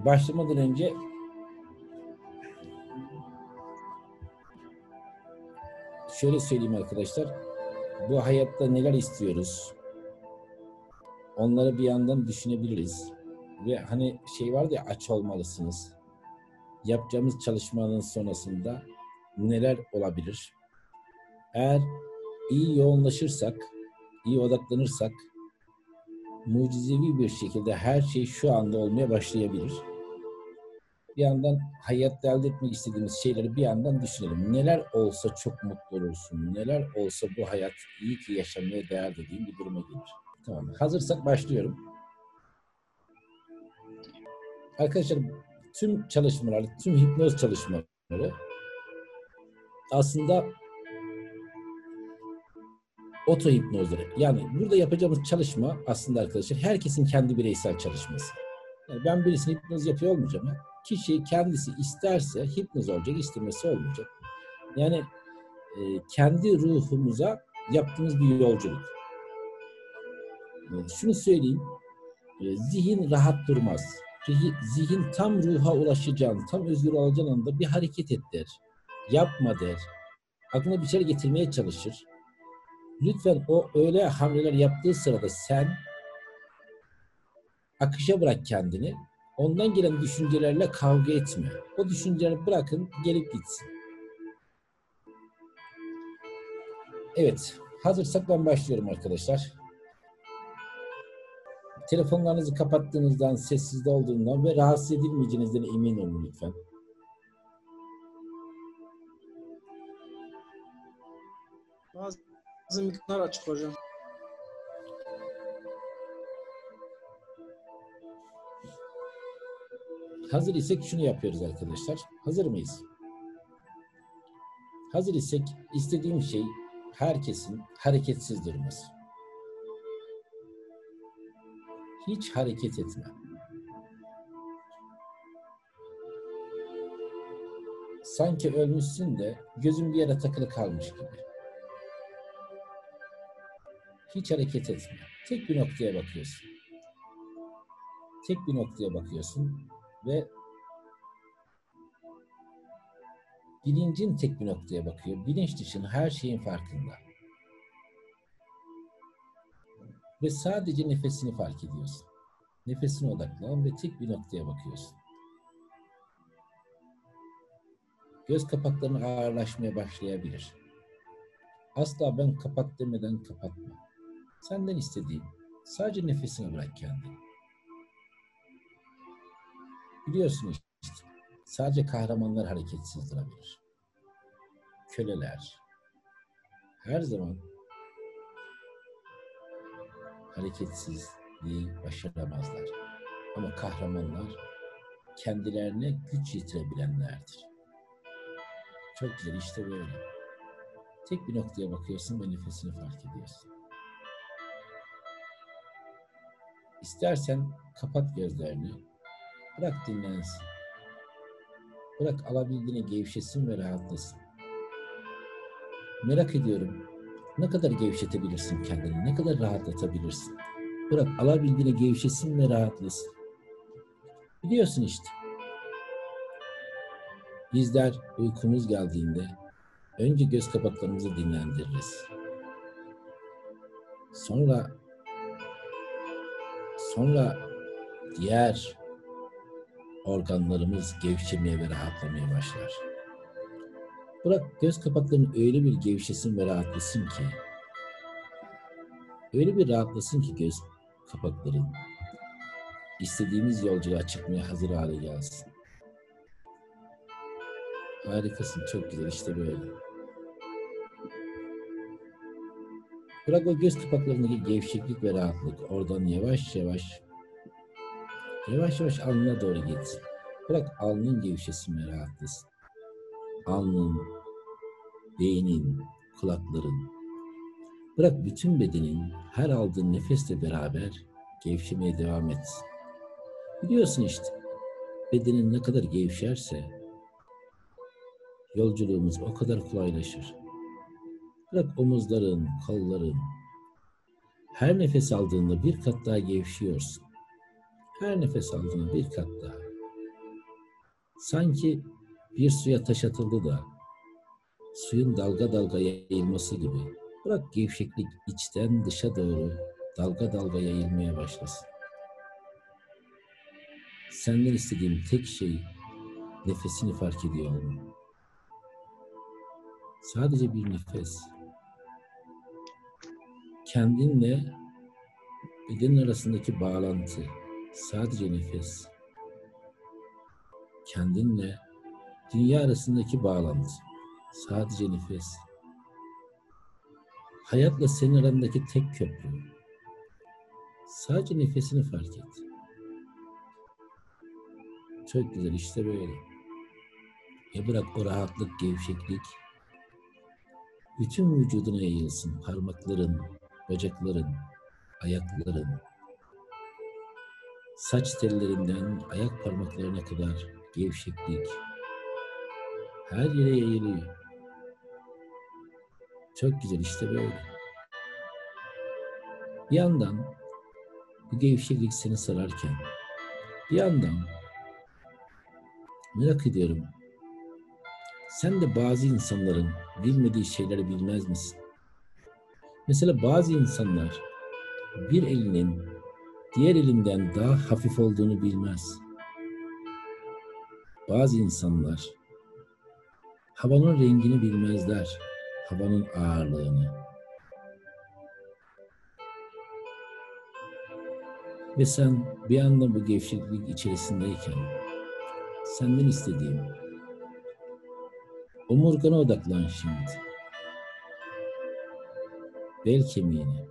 başlamadan önce şöyle söyleyeyim arkadaşlar. Bu hayatta neler istiyoruz? Onları bir yandan düşünebiliriz. Ve hani şey vardı ya, aç olmalısınız. Yapacağımız çalışmanın sonrasında neler olabilir? Eğer iyi yoğunlaşırsak, iyi odaklanırsak mucizevi bir şekilde her şey şu anda olmaya başlayabilir. Bir yandan hayatta elde etmek istediğimiz şeyleri bir yandan düşünelim. Neler olsa çok mutlu olursun. Neler olsa bu hayat iyi ki yaşamaya değer dediğim bir duruma gelir. Tamam. Hazırsak başlıyorum. Arkadaşlar tüm çalışmalar, tüm hipnoz çalışmaları aslında oto hipnozları. Yani burada yapacağımız çalışma aslında arkadaşlar herkesin kendi bireysel çalışması. Yani ben birisine hipnoz yapıyor olmayacağım. Kişi kendisi isterse hipnoz olacak, istemesi olmayacak. Yani kendi ruhumuza yaptığımız bir yolculuk. Şunu söyleyeyim, zihin rahat durmaz. Zihin tam ruha ulaşacağın, tam özgür olacağın anda bir hareket et der. Yapma der. Aklına bir şeyler getirmeye çalışır. Lütfen o öyle hamleler yaptığı sırada sen akışa bırak kendini. Ondan gelen düşüncelerle kavga etme. O düşünceleri bırakın, gelip gitsin. Evet, hazırsak ben başlıyorum arkadaşlar. Telefonlarınızı kapattığınızdan, sessizde olduğundan ve rahatsız edilmeyeceğinizden emin olun lütfen. Bazı miktar açık hocam. Hazır isek şunu yapıyoruz arkadaşlar. Hazır mıyız? Hazır isek istediğim şey herkesin hareketsiz durması. Hiç hareket etme. Sanki ölmüşsün de gözün bir yere takılı kalmış gibi. Hiç hareket etme. Tek bir noktaya bakıyorsun. Tek bir noktaya bakıyorsun ve bilincin tek bir noktaya bakıyor. Bilinç dışında her şeyin farkında. Ve sadece nefesini fark ediyorsun. Nefesine odaklan ve tek bir noktaya bakıyorsun. Göz kapakların ağırlaşmaya başlayabilir. Asla ben kapat demeden kapatma. Senden istediğim sadece nefesine bırak kendini. Biliyorsun işte, sadece kahramanlar hareketsiz durabilir. Köleler her zaman hareketsizliği başaramazlar. Ama kahramanlar kendilerine güç yitirebilenlerdir. Çok güzel, işte böyle. Tek bir noktaya bakıyorsun ve nefesini fark ediyorsun. İstersen kapat gözlerini, bırak dinlensin. Bırak alabildiğine gevşesin ve rahatlasın. Merak ediyorum, ne kadar gevşetebilirsin kendini, ne kadar rahatlatabilirsin. Bırak alabildiğine gevşesin ve rahatlasın. Biliyorsun işte, bizler uykumuz geldiğinde önce göz kapaklarımızı dinlendiririz. Sonra diğer organlarımız gevşemeye ve rahatlamaya başlar. Bırak göz kapaklarının öyle bir gevşesin ve rahatlasın ki, öyle bir rahatlasın ki göz kapakların istediğimiz yolculuğa çıkmaya hazır hale gelsin. Harikasın, çok güzel, işte böyle. Bırak o göz kapaklarındaki gevşeklik ve rahatlık oradan yavaş yavaş alnına doğru gitsin. Bırak alnın gevşesin ve rahatlasın. Alnın, beynin, kulakların, bırak bütün bedenin her aldığın nefesle beraber gevşemeye devam etsin. Biliyorsun işte, bedenin ne kadar gevşerse yolculuğumuz o kadar kolaylaşır. Bırak omuzların, kolların, her nefes aldığında bir kat daha gevşiyorsun. Her nefes aldığında bir kat daha. Sanki bir suya taş atıldı da suyun dalga dalga yayılması gibi. Bırak gevşeklik içten dışa doğru dalga dalga yayılmaya başlasın. Senden istediğim tek şey nefesini fark ediyor olman. Sadece bir nefes. Kendinle bedenin arasındaki bağlantı. Sadece nefes. Kendinle dünya arasındaki bağlantı. Sadece nefes. Hayatla senin arandaki tek köprü. Sadece nefesini fark et. Çok güzel, işte böyle. Bırak o rahatlık, gevşeklik bütün vücuduna yayılsın. Parmakların, bacakların, ayakların, saç tellerinden ayak parmaklarına kadar gevşeklik her yere yayılıyor. Çok güzel, işte böyle. Bir yandan bu gevşeklik seni sararken bir yandan merak ediyorum, sen de bazı insanların bilmediği şeyleri bilmez misin? Mesela bazı insanlar bir elinin diğer elinden daha hafif olduğunu bilmez. Bazı insanlar havanın rengini bilmezler, havanın ağırlığını. Ve sen bir anda bu gevşeklik içerisindeyken senden istediğim omurgana odaklan şimdi. Bel kemiğine.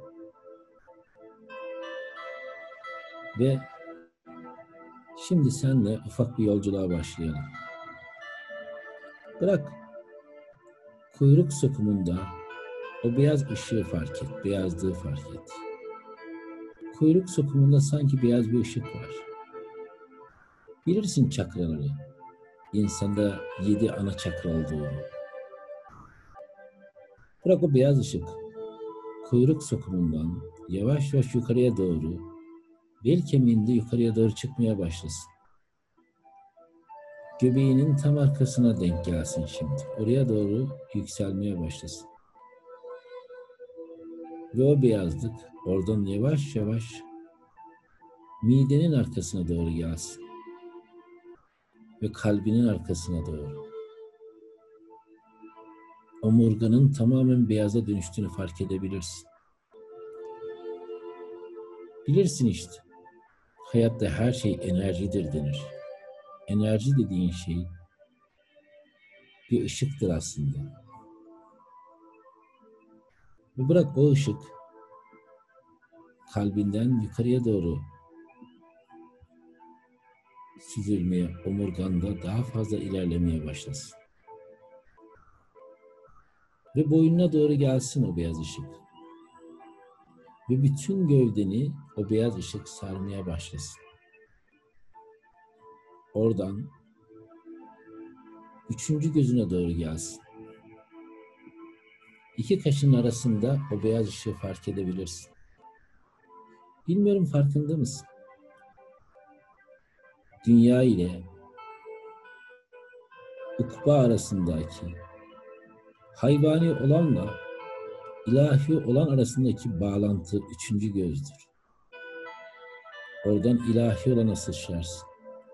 Ve şimdi seninle ufak bir yolculuğa başlayalım. Bırak kuyruk sokumunda o beyaz ışığı fark et, beyazlığı fark et. Kuyruk sokumunda sanki beyaz bir ışık var. Bilirsin çakraları, insanda 7 ana çakra olduğunu. Bırak o beyaz ışık kuyruk sokumundan yavaş yavaş yukarıya doğru, bel kemiğinde yukarıya doğru çıkmaya başlasın. Göbeğinin tam arkasına denk gelsin şimdi. Oraya doğru yükselmeye başlasın. Ve o beyazlık oradan yavaş yavaş midenin arkasına doğru gelsin. Ve kalbinin arkasına doğru. Omurganın tamamen beyaza dönüştüğünü fark edebilirsin. Bilirsin işte, hayatta her şey enerjidir denir. Enerji dediğin şey bir ışıktır aslında. Ve bırak o ışık kalbinden yukarıya doğru süzülmeye, omurganda daha fazla ilerlemeye başlasın. Ve boynuna doğru gelsin o beyaz ışık. Ve bütün gövdeni o beyaz ışık sarmaya başlasın. Oradan 3. gözüne doğru gelsin. 2 kaşın arasında o beyaz ışığı fark edebilirsin. Bilmiyorum, farkında mısın? Dünya ile ukba arasındaki, hayvani olanla ilahi olan arasındaki bağlantı 3. gözdür. Oradan ilahi olana sıçrarsın.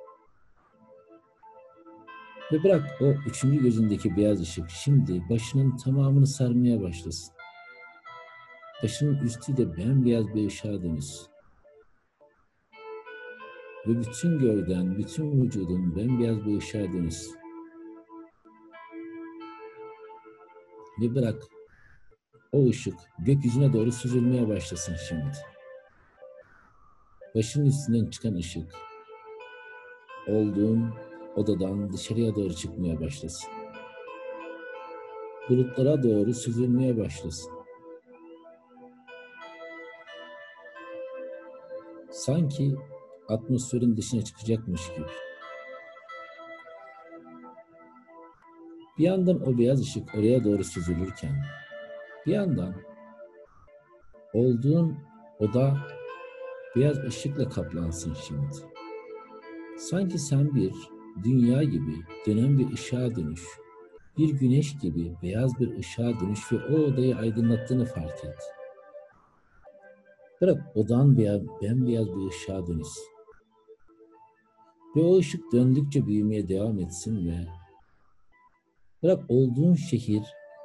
Ve bırak o 3. gözündeki beyaz ışık şimdi başının tamamını sarmaya başlasın. Başının üstü de bembeyaz bir ışığa dönüşsün. Ve bütün gövden, bütün vücudun bembeyaz bir ışığa dönüşsün. Ve bırak o ışık gökyüzüne doğru süzülmeye başlasın şimdi. Başının üstünden çıkan ışık olduğun odadan dışarıya doğru çıkmaya başlasın. Bulutlara doğru süzülmeye başlasın. Sanki atmosferin dışına çıkacakmış gibi. Bir yandan o beyaz ışık oraya doğru süzülürken, bir yandan olduğun oda beyaz ışıkla kaplansın şimdi. Sanki sen bir dünya gibi dönen bir ışığa dönüş. Bir güneş gibi beyaz bir ışığa dönüş ve o odayı aydınlattığını fark et. Bırak odan bembeyaz bir ışığa dönüş. Ve o ışık döndükçe büyümeye devam etsin ve bırak olduğun şehir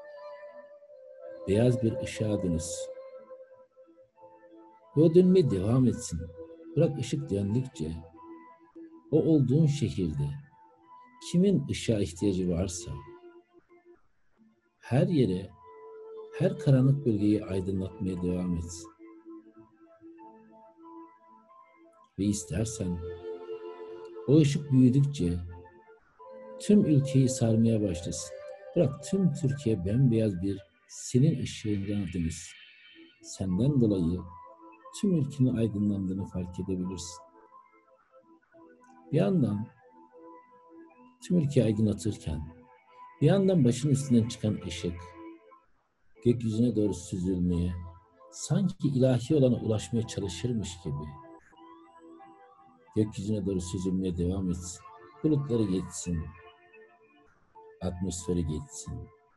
beyaz bir ışığa dönüşsün. Ve o dönmeye devam etsin. Bırak ışık döndükçe o olduğun şehirde kimin ışığa ihtiyacı varsa her yere, her karanlık bölgeyi aydınlatmaya devam etsin. Ve istersen o ışık büyüdükçe tüm ülkeyi sarmaya başlasın. Bırak tüm Türkiye bembeyaz bir senin ışığına dönüşsün. Senden dolayı tüm ülkenin aydınlandığını fark edebilirsin. Bir yandan tüm ülkeyi aydınlatırken bir yandan başın üstünden çıkan ışık gökyüzüne doğru süzülmeye, sanki ilahi olana ulaşmaya çalışırmış gibi gökyüzüne doğru süzülmeye devam etsin. Bulutları geçsin, atmosferi geçsin.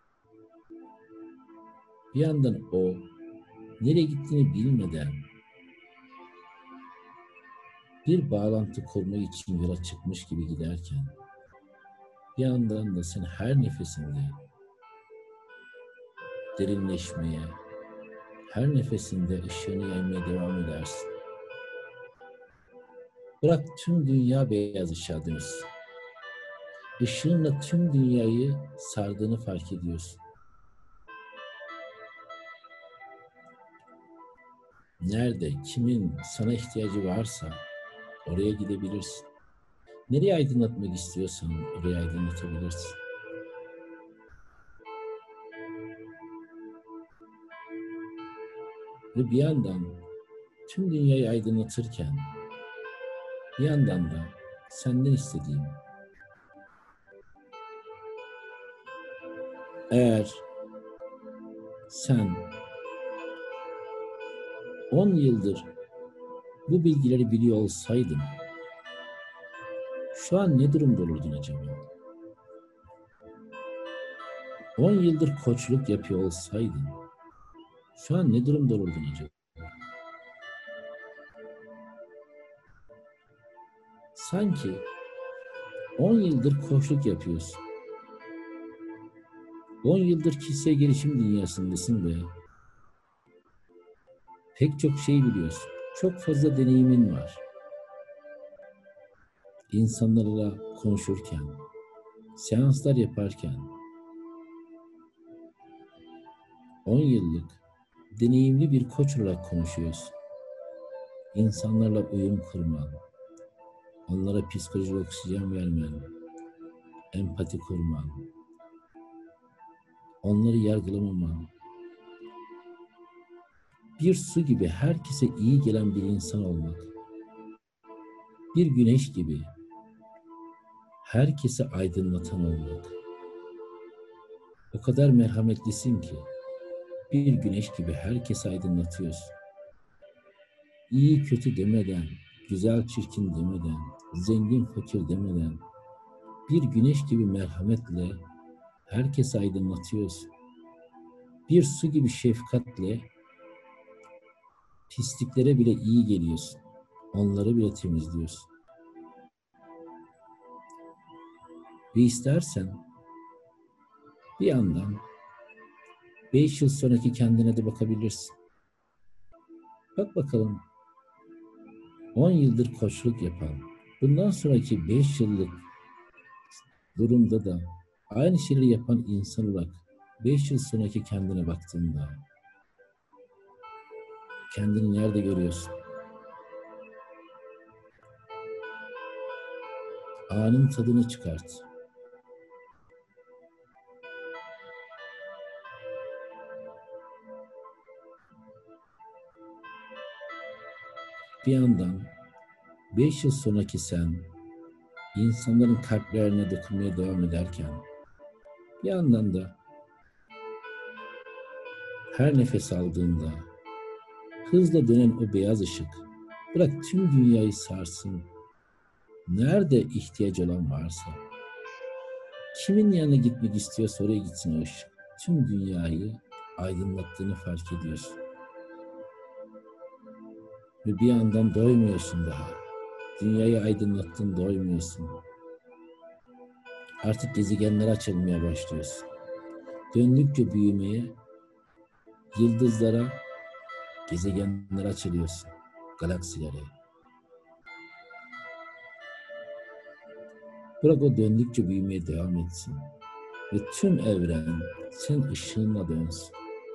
Bir yandan o nereye gittiğini bilmeden bir bağlantı kurmak için yola çıkmış gibi giderken bir yandan da sen her nefesinde derinleşmeye, her nefesinde ışığını yaymaya devam edersin. Bırak tüm dünya beyaz ışığa dönüşsün. Işığınla tüm dünyayı sardığını fark ediyorsun. Nerede, kimin sana ihtiyacı varsa oraya gidebilirsin. Nereye aydınlatmak istiyorsan oraya aydınlatabilirsin. Ve bir yandan tüm dünyayı aydınlatırken bir yandan da senden istediğim, eğer sen 10 yıldır bu bilgileri biliyor olsaydın şu an ne durumda olurdun acaba? 10 yıldır koçluk yapıyor olsaydın şu an ne durumda olurdun acaba? Sanki 10 yıldır koçluk yapıyorsun. 10 yıldır kişisel gelişim dünyasındasın ve pek çok şey biliyorsun. Çok fazla deneyimin var. İnsanlarla konuşurken, seanslar yaparken 10 yıllık deneyimli bir koç olarak konuşuyorsun. İnsanlarla uyum kurman, onlara psikolojik oksijen vermen, empati kurman, onları yargılamaman, bir su gibi herkese iyi gelen bir insan olmak, bir güneş gibi herkese aydınlatan olmak. O kadar merhametlisin ki bir güneş gibi herkese aydınlatıyorsun. İyi kötü demeden, güzel çirkin demeden, zengin fakir demeden bir güneş gibi merhametle herkese aydınlatıyorsun. Bir su gibi şefkatle pisliklere bile iyi geliyorsun. Onları bile temizliyorsun. Ve istersen bir yandan 5 yıl sonraki kendine de bakabilirsin. Bak bakalım 10 yıldır koçluk yapan, bundan sonraki 5 yıllık durumda da aynı şeyleri yapan insan olarak 5 yıl sonraki kendine baktığında kendini nerede görüyorsun? Anın tadını çıkart. Bir yandan 5 yıl sonraki sen insanların kalplerine dokunmaya devam ederken bir yandan da her nefes aldığında hızla dönen o beyaz ışık bırak tüm dünyayı sarsın Nerede ihtiyaç olan varsa, kimin yanına gitmek istiyorsa oraya gitsin o ışık. Tüm dünyayı aydınlattığını fark ediyorsun. Ve bir yandan doymuyorsun daha. Dünyayı aydınlattın, doymuyorsun. Artık gezegenler açılmaya başlıyorsun. Döndükçe büyümeye, yıldızlara, gezegenlere açılıyorsun. Galaksilere. Bırak o döndükçe büyümeye devam etsin. Ve tüm evren senin ışığınla dönsün.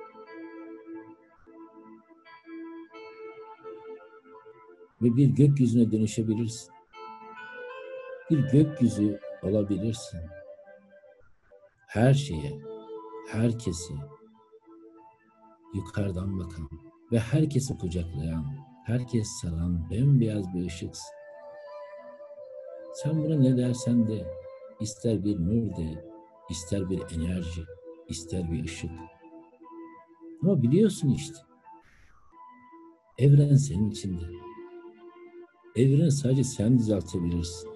Ve bir gökyüzüne dönüşebilirsin. Bir gökyüzü olabilirsin. Her şeye, herkesi yukarıdan bakan ve herkesi kucaklayan, herkes saran bembeyaz bir ışıksın. Sen buna ne dersen de, ister bir nur de, ister bir enerji, ister bir ışık. Ama biliyorsun işte, evren senin içinde. Evreni sadece sen düzeltebilirsin.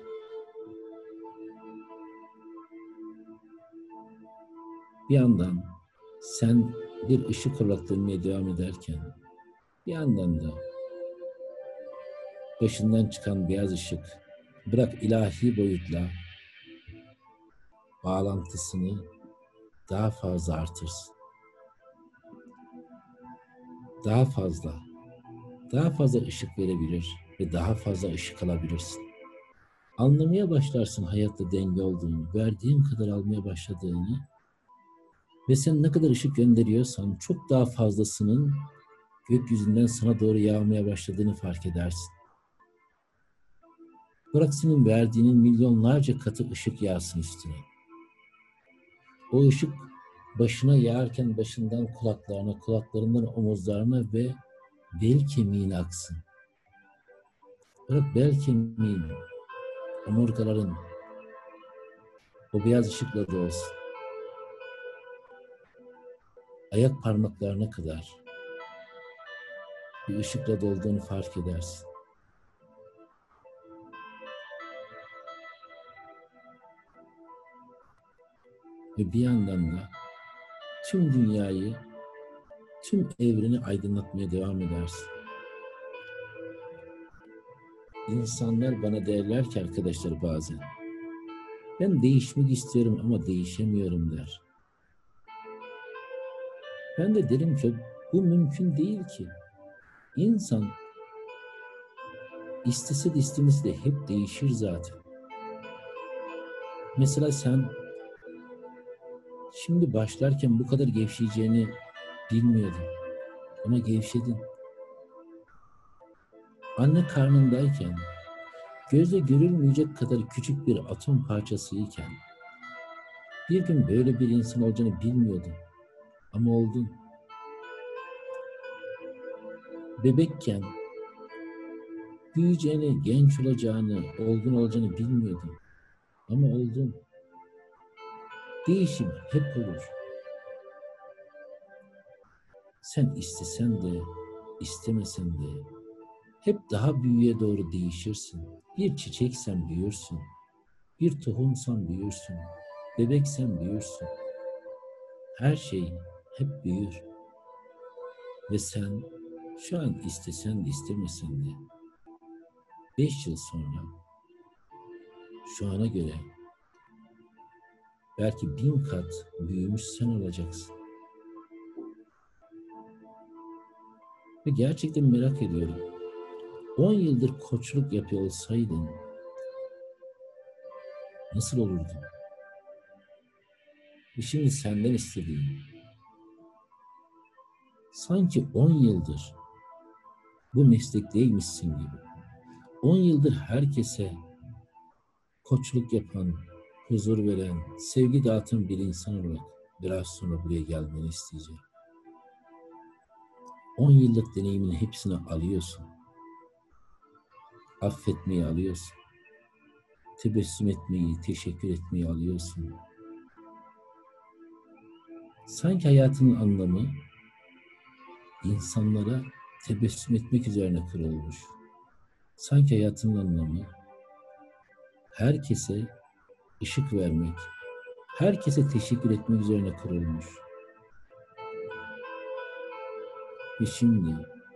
Bir yandan sen bir ışık olarak dönmeye devam ederken, bir yandan da başından çıkan beyaz ışık, bırak ilahi boyutla bağlantısını daha fazla artırsın. Daha fazla ışık verebilir ve daha fazla ışık alabilirsin. Anlamaya başlarsın hayatta denge olduğunu, verdiğin kadar almaya başladığını ve sen ne kadar ışık gönderiyorsan çok daha fazlasının gökyüzünden sana doğru yağmaya başladığını fark edersin. Bırak senin verdiğinin milyonlarca katı ışık yağsın üstüne. O ışık başına yağarken başından kulaklarına, kulaklarından omuzlarına ve bel kemiğine aksın. Bırak bel kemiğin, omurgaların o beyaz ışıkla dolsun. Ayak parmaklarına kadar bir ışıkla dolduğunu fark edersin. Ve bir yandan da tüm dünyayı, tüm evreni aydınlatmaya devam edersin. İnsanlar bana derler ki arkadaşlar bazen, ben değişmek istiyorum ama değişemiyorum der. Ben de derim ki bu mümkün değil ki. İnsan istese de istemese de hep değişir zaten. Mesela sen şimdi başlarken bu kadar gevşeyeceğini bilmiyordun. Ama gevşedin. Anne karnındayken gözle görülmeyecek kadar küçük bir atom parçasıyken bir gün böyle bir insan olacağını bilmiyordun. Ama oldun. Bebekken büyüyeceğini, genç olacağını, olgun olacağını bilmiyordun. Ama oldun. Değişim hep olur. Sen istesen de, istemesen de hep daha büyüğe doğru değişirsin. Bir çiçeksen büyürsün. Bir tohumsan büyürsün. Bebeksen büyürsün. Her şey hep büyür. Ve sen şu an istesen de istemesen de 5 yıl sonra şu ana göre belki 1000 kat büyümüş sen olacaksın. Ve gerçekten merak ediyorum. 10 yıldır koçluk yapıyor olsaydın nasıl olurdun? Ve şimdi senden istediğim sanki 10 yıldır bu meslekteymişsin gibi. 10 yıldır herkese koçluk yapan, huzur veren, sevgi dağıtan bir insan olarak biraz sonra buraya gelmeni isteyeceğim. 10 yıllık deneyimin hepsini alıyorsun. Affetmeyi alıyorsun. Tebessüm etmeyi, teşekkür etmeyi alıyorsun. Sanki hayatının anlamı insanlara tebessüm etmek üzerine kurulmuş. Sanki hayatının anlamı herkese ışık vermek, herkese teşekkür etmek üzerine kurulmuş. Ve şimdi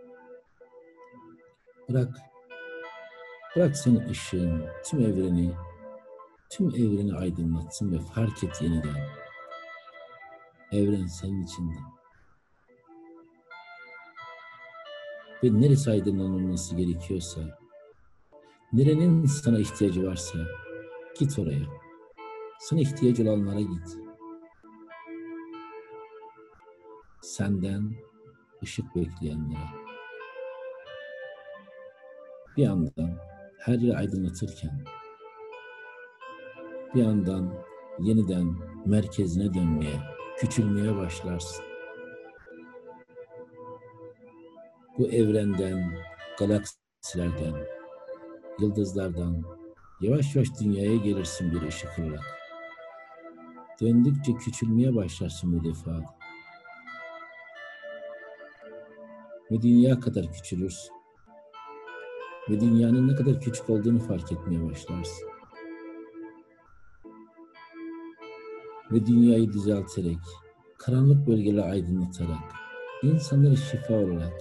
bırak senin ışığın tüm evreni aydınlatsın ve fark et yeniden. Evren senin içinde. Ve neresi aydınlanılması gerekiyorsa, nerenin sana ihtiyacı varsa git oraya. Sana ihtiyacı olanlara git. Senden ışık bekleyenlere. Bir yandan her yeri aydınlatırken, bir yandan yeniden merkezine dönmeye, küçülmeye başlarsın. Bu evrenden, galaksilerden, yıldızlardan yavaş yavaş dünyaya gelirsin bir ışık olarak. Döndükçe küçülmeye başlarsın bu defa. Ve dünya kadar küçülürsün. Ve dünyanın ne kadar küçük olduğunu fark etmeye başlarsın. Ve dünyayı düzelterek, karanlık bölgeleri aydınlatarak, insanlara şifa olarak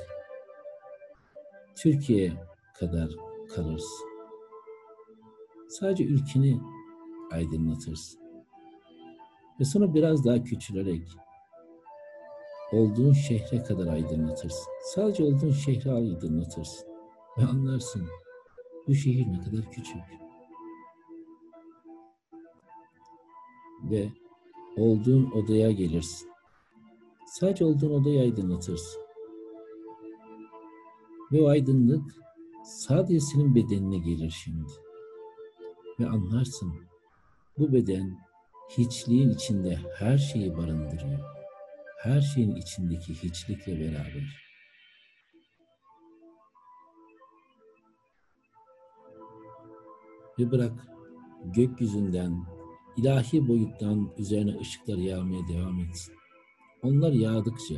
Türkiye kadar kalırsın. Sadece ülkeni aydınlatırsın. Ve sonra biraz daha küçülerek olduğun şehre kadar aydınlatırsın. Sadece olduğun şehri aydınlatırsın. Ve anlarsın bu şehir ne kadar küçük. Ve olduğun odaya gelirsin. Sadece olduğun odayı aydınlatırsın. Ve o aydınlık sadece senin bedenine gelir şimdi. Ve anlarsın bu beden hiçliğin içinde her şeyi barındırıyor. Her şeyin içindeki hiçlikle beraber. Ve bırak gökyüzünden, ilahi boyuttan üzerine ışıklar yağmaya devam etsin. Onlar yağdıkça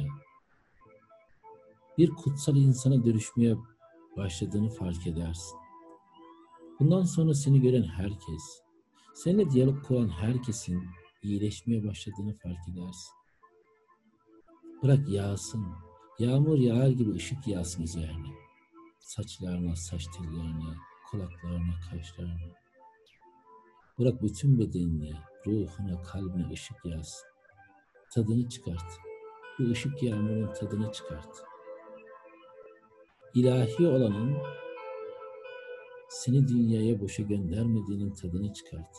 bir kutsal insana dönüşmeye başladığını fark edersin. Bundan sonra seni gören herkes, seninle diyalog kuran herkesin iyileşmeye başladığını fark edersin. Bırak yağsın, yağmur yağar gibi ışık yağsın üzerine. Saçlarına, saç tellerine, kulaklarına, kaşlarına. Bırak bütün bedenine, ruhuna, kalbine ışık yağsın. Tadını çıkart. Bu ışık yağmurun tadını çıkart. İlahi olanın seni dünyaya boşa göndermediğinin tadını çıkart.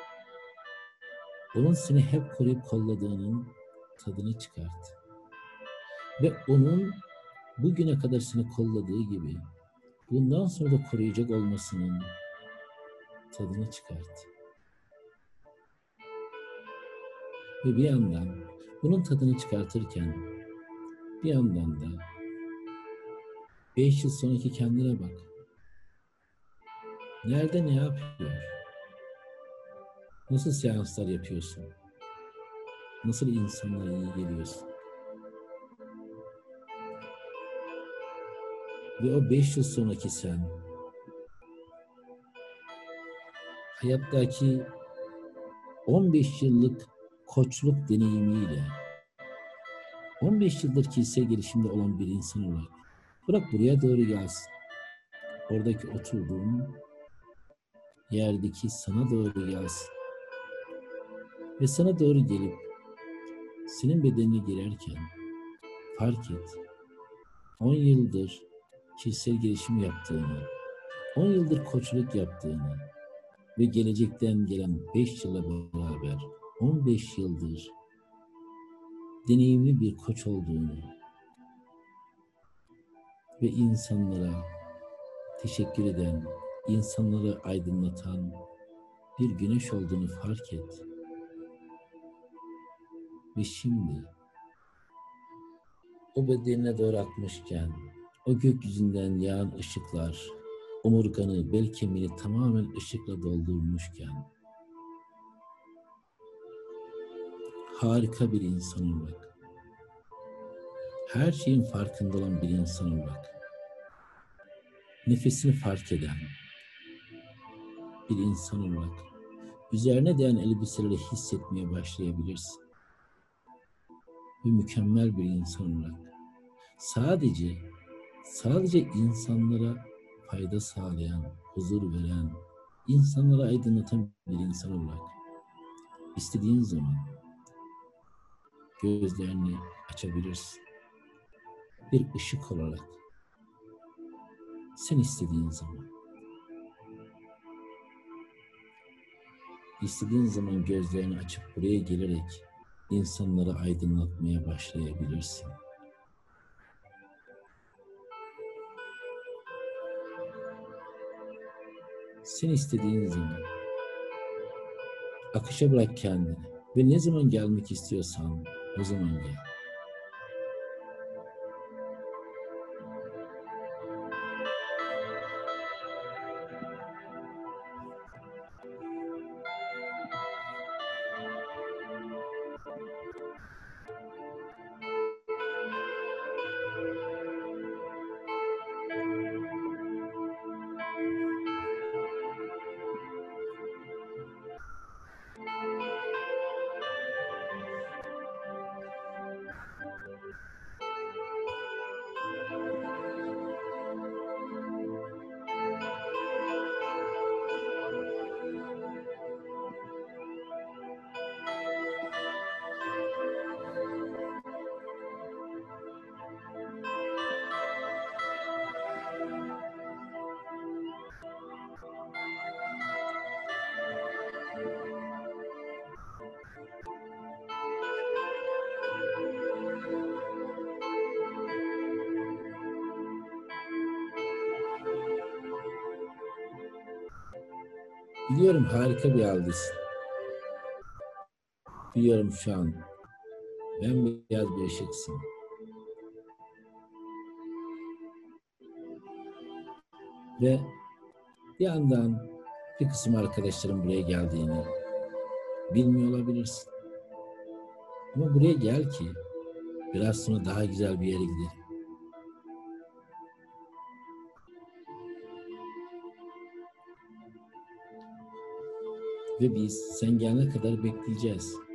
Onun seni hep koruyup kolladığının tadını çıkart. Ve onun bugüne kadar seni kolladığı gibi bundan sonra da koruyacak olmasının tadını çıkart. Ve bir yandan bunun tadını çıkartırken bir yandan da 5 yıl sonraki kendine bak. Nerede ne yapıyor? Nasıl seanslar yapıyorsun? Nasıl insanlara iyi geliyorsun? Ve o 5 yıl sonraki sen hayattaki 15 yıllık koçluk deneyimiyle 15 yıldır kişisel gelişimde olan bir insan olarak bırak buraya doğru gelsin. Oradaki oturduğun yerdeki sana doğru gelsin. Ve sana doğru gelip senin bedenine girerken fark et. 10 yıldır kişisel gelişim yaptığını, 10 yıldır koçluk yaptığını ve gelecekten gelen 5 yıla beraber 15 yıldır deneyimli bir koç olduğunu ve insanlara teşekkür eden, insanları aydınlatan bir güneş olduğunu fark et. Ve şimdi o bedenine doğru akmışken o gökyüzünden yağan ışıklar omurganı, bel kemiğini tamamen ışıkla doldurmuşken harika bir insan olarak, her şeyin farkında olan bir insan olarak, nefesini fark eden, bir insan olarak üzerine değen elbiseleri hissetmeye başlayabilirsin. Ve mükemmel bir insan olarak sadece insanlara fayda sağlayan, huzur veren, insanlara aydınlatan bir insan olarak istediğin zaman gözlerini açabilirsin. Bir ışık olarak sen istediğin zaman gözlerini açıp buraya gelerek insanları aydınlatmaya başlayabilirsin. Sen istediğin zaman akışa bırak kendini ve ne zaman gelmek istiyorsan o zaman gel. Biliyorum harika bir haldesin. Biliyorum şu an bembeyaz bir ışıksın. Ve bir yandan bir kısım arkadaşlarım buraya geldiğini bilmiyor olabilirsin. Ama buraya gel ki biraz sonra daha güzel bir yere gidelim. Ve biz sen gelene kadar bekleyeceğiz.